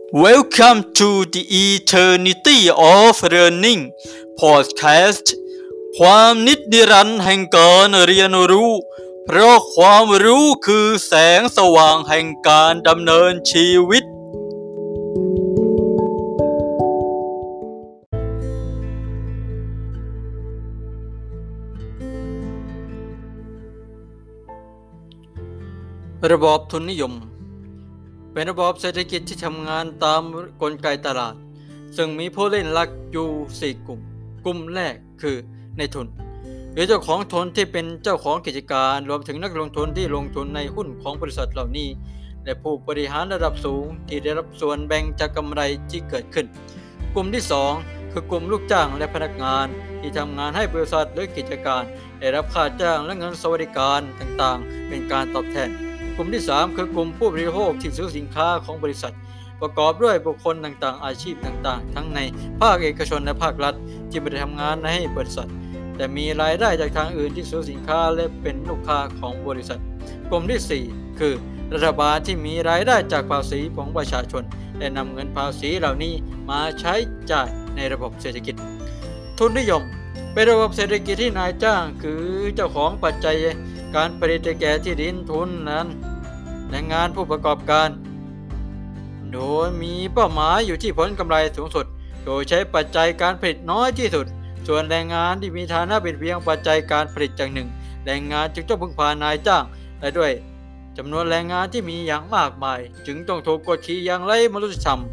Welcome to the Eternity of Learning Podcast ความนิรันดร์แห่งการเรียนรู้เพราะความรู้คือแสงสว่างแห่งการดำเนินชีวิตระบอบทุนนิยมเป็นระบอบเศรษฐกิจที่ทำงานตามกลไกตลาดซึ่งมีผู้เล่นหลักอยู่4กลุ่มกลุ่มแรกคือนายทุนหรือเจ้าของทุนที่เป็นเจ้าของกิจการรวมถึงนักลงทุนที่ลงทุนในหุ้นของบริษัทเหล่านี้และผู้บริหารระดับสูงที่ได้รับส่วนแบ่งจากกำไรที่เกิดขึ้นกลุ่มที่2คือกลุ่มลูกจ้างและพนักงานที่ทำงานให้บริษัทหรือกิจการได้รับค่าจ้างและเงินสวัสดิการต่างๆเป็นการตอบแทนกลุ่มที่3คือกลุ่มผู้บริโภคที่ซื้อสินค้าของบริษัทประกอบด้วยบุคคลต่างๆอาชีพต่างๆทั้งในภาคเอกชนและภาครัฐที่ไม่ได้ทำงานให้บริษัทแต่มีรายได้จากทางอื่นที่ซื้อสินค้าและเป็นลูกค้าของบริษัทกลุ่มที่4คือรัฐบาลที่มีรายได้จากภาษีของประชาชนและนำเงินภาษีเหล่านี้มาใช้จ่ายในระบบเศรษฐกิจทุนนิยมเป็นระบบเศรษฐกิจที่นายจ้างคือเจ้าของปัจจัยการผลิตแก่ที่ดินทุนนั้นแรงงานผู้ประกอบการโดยมีเป้าหมายอยู่ที่ผลกำไรสูงสุดโดยใช้ปัจจัยการผลิตน้อยที่สุดส่วนแรงงานที่มีฐานะเป็นเพียงปัจจัยการผลิตอย่างหนึ่งแรงงานจึงต้องพึ่งพานายจ้างและด้วยจำนวนแรงงานที่มีอย่างมากมายจึงต้องถูกกดขี่อย่างไร้มนุษยธรรม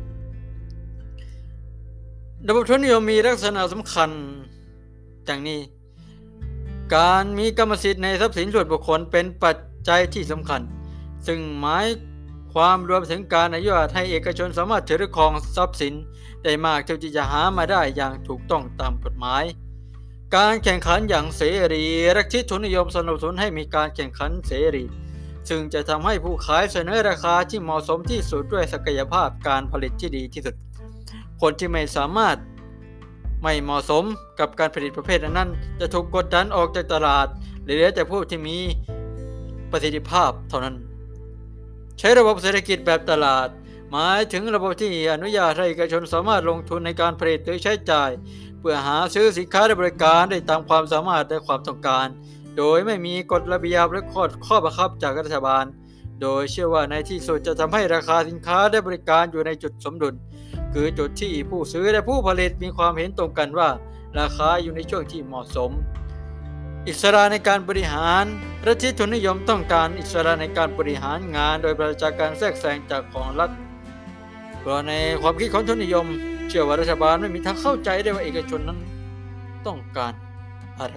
ระบบทุนนิยมมีลักษณะสำคัญดังนี้การมีกรรมสิทธิ์ในทรัพย์สินส่วนบุคคลเป็นปัจจัยที่สำคัญซึ่งหมายความรวมถึงการอนุญาตให้เอกชนสามารถถือครองทรัพย์สินได้มากเท่าที่จะหามาได้อย่างถูกต้องตามกฎหมายการแข่งขันอย่างเสรีลัทธิทุนนิยมสนับสนุนให้มีการแข่งขันเสรีซึ่งจะทำให้ผู้ขายเสนอราคาที่เหมาะสมที่สุดด้วยศักยภาพการผลิตที่ดีที่สุดคนที่ไม่เหมาะสมกับการผลิตประเภทนั้นจะถูกกดดันออกจากตลาดเหลือแต่ผู้ที่มีประสิทธิภาพเท่านั้นใช้ระบบเศรษฐกิจแบบตลาดหมายถึงระบบที่อนุญาตให้เอกชนสามารถลงทุนในการผลิตหรือใช้จ่ายเพื่อหาซื้อสินค้าและบริการได้ตามความสามารถและความต้องการโดยไม่มีกฎระเบียบและข้อบังคับจากรัฐบาลโดยเชื่อว่าในที่สุดจะทำให้ราคาสินค้าและบริการอยู่ในจุดสมดุลคือจุดที่ผู้ซื้อและผู้ผลิตมีความเห็นตรงกันว่าราคาอยู่ในช่วงที่เหมาะสมอิสระในการบริหารลัทธิทุนนิยมต้องการอิสระในการบริหารงานโดยปราศจากการแทรกแซงจากของรัฐเพราะในความคิดของทุนนิยมเชื่อว่ารัฐบาลไม่มีทางเข้าใจได้ว่าเอกชนนั้นต้องการอะไร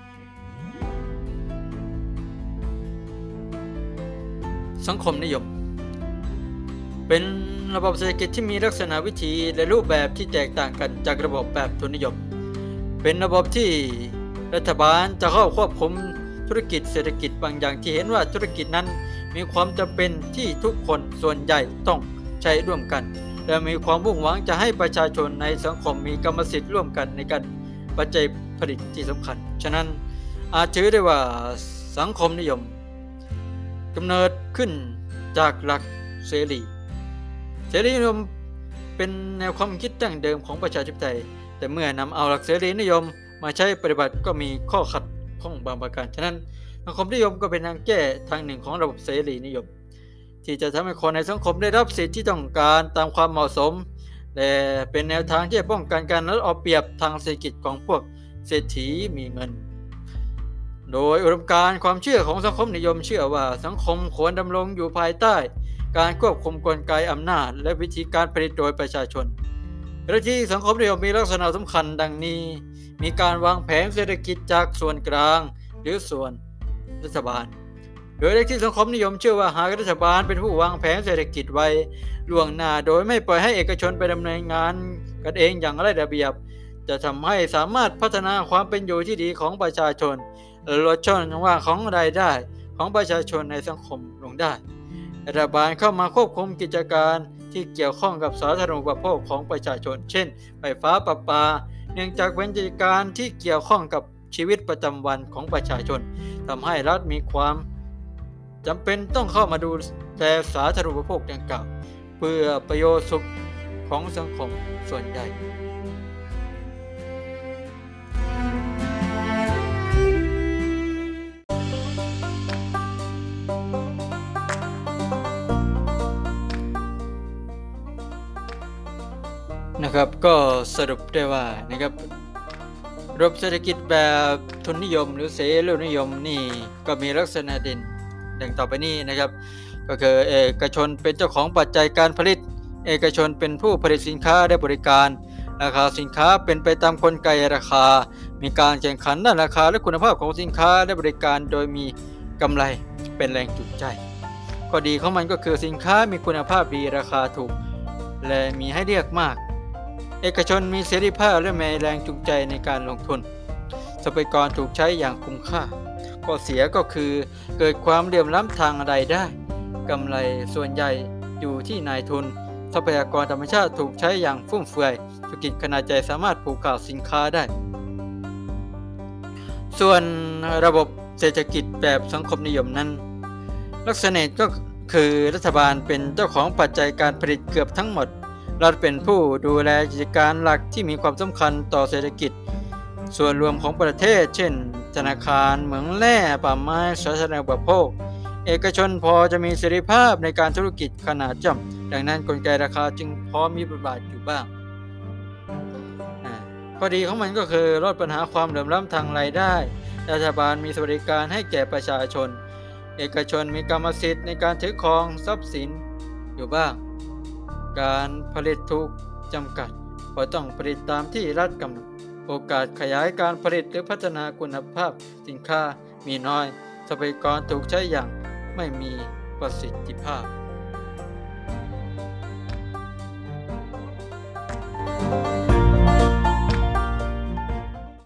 สังคมนิยมเป็นระบบเศรษฐกิจที่มีลักษณะวิธีและรูปแบบที่แตกต่างกันจากระบบแบบทุนนิยมเป็นระบบที่รัฐบาลจะเข้าควบคุมธุรกิจเศรษฐกิจบางอย่างที่เห็นว่าธุรกิจนั้นมีความจำเป็นที่ทุกคนส่วนใหญ่ต้องใช้ร่วมกันและมีความมุ่งหวังจะให้ประชาชนในสังคมมีกรรมสิทธิ์ร่วมกันในการปัจจัยผลิตที่สำคัญฉะนั้นอาจถือได้ว่าสังคมนิยมกำเนิดขึ้นจากหลักเสรีนิยมเป็นแนวความคิดดั้งเดิมของประชาธิปไตยแต่เมื่อนำเอาหลักเสรีนิยมมาใช้ปฏิบัติก็มีข้อขัดข้องบางประการฉะนั้นสังคมนิยมก็เป็นทางแก้ทางหนึ่งของระบบเสรีนิยมที่จะทำให้คนในสังคมได้รับสิทธิที่ต้องการตามความเหมาะสมและเป็นแนวทางที่จะป้องกันการลดเอาเปรียบทางเศรษฐกิจของพวกเศรษฐีมีเงินโดยอุดมการณ์ความเชื่อของสังคมนิยมเชื่อว่าสังคมควรดำรงอยู่ภายใต้การควบคุมกลไกอำนาจและวิธีการผลิตโดยประชาชนลัทธิสังคมนิยมมีลักษณะสำคัญดังนี้มีการวางแผนเศรษฐกิจจากส่วนกลางหรือส่วนรัฐบาลโดยลัทธิสังคมนิยมเชื่อว่าหากรัฐบาลเป็นผู้วางแผนเศรษฐกิจไว้ล่วงหน้าโดยไม่ปล่อยให้เอกชนไปดำเนินงานกันเองอย่างไร้ระเบียบจะทำให้สามารถพัฒนาความเป็นอยู่ที่ดีของประชาชนลดช่องว่างของรายได้ของประชาชนในสังคมลงได้รัฐบาลเข้ามาควบคุมกิจการที่เกี่ยวข้องกับสาธารณูปโภคของประชาชนเช่นไฟฟ้าประปาเนื่องจากเป็นกิจการที่เกี่ยวข้องกับชีวิตประจำวันของประชาชนทำให้รัฐมีความจำเป็นต้องเข้ามาดูแลสาธารณูปโภคดังกล่าวเพื่อพื่อประโยชน์สุขของสังคมส่วนใหญ่นะครับก็สรุปได้ว่านะครับระบบเศรษฐกิจแบบทุนนิยมหรือเสรีนิยมนี่ก็มีลักษณะเด่นดังต่อไปนี้นะครับก็คือเอกชนเป็นเจ้าของปัจจัยการผลิตเอกชนเป็นผู้ผลิตสินค้าและบริการราคาสินค้าเป็นไปตามกลไกราคามีการแข่งขันด้านราคาและคุณภาพของสินค้าและบริการโดยมีกำไรเป็นแรงจูงใจข้อดีของมันก็คือสินค้ามีคุณภาพดีราคาถูกและมีให้เลือกมากเอกชนมีเสรีภาพและมีแรงจูงใจในการลงทุนทรัพยากรถูกใช้อย่างคุ้มค่าข้อเสียก็คือเกิดความเหลื่อมล้ำทางรายได้กำไรส่วนใหญ่อยู่ที่นายทุนทรัพยากรธรรมชาติถูกใช้อย่างฟุ่มเฟือยธุรกิจขนาดใหญ่สามารถผูกขาดสินค้าได้ส่วนระบบเศรษฐกิจแบบสังคมนิยมนั้นลักษณะก็คือรัฐบาลเป็นเจ้าของปัจจัยการผลิตเกือบทั้งหมดรัฐเป็นผู้ดูแลกิจการหลักที่มีความสำคัญต่อเศรษฐกิจส่วนรวมของประเทศเช่นธนาคารเหมืองแร่ป่าไม้สาธารณูปโภคเอกชนพอจะมีเสรีภาพในการธุรกิจขนาดย่อมดังนั้นกลไกราคาจึงพอมีบทบาทอยู่บ้างข้อดีของมันก็คือลดปัญหาความเหลื่อมล้ำทางรายได้รัฐบาลมีสวัสดิการให้แก่ประชาชนเอกชนมีกรรมสิทธิ์ในการถือครองทรัพย์สินอยู่บ้างการผลิตถูกจำกัดเพราะต้องผลิตตามที่รัฐกำหนดโอกาสขยายการผลิตหรือพัฒนาคุณภาพสินค้ามีน้อยทรัพยากรถูกใช้อย่างไม่มีประสิทธิภาพ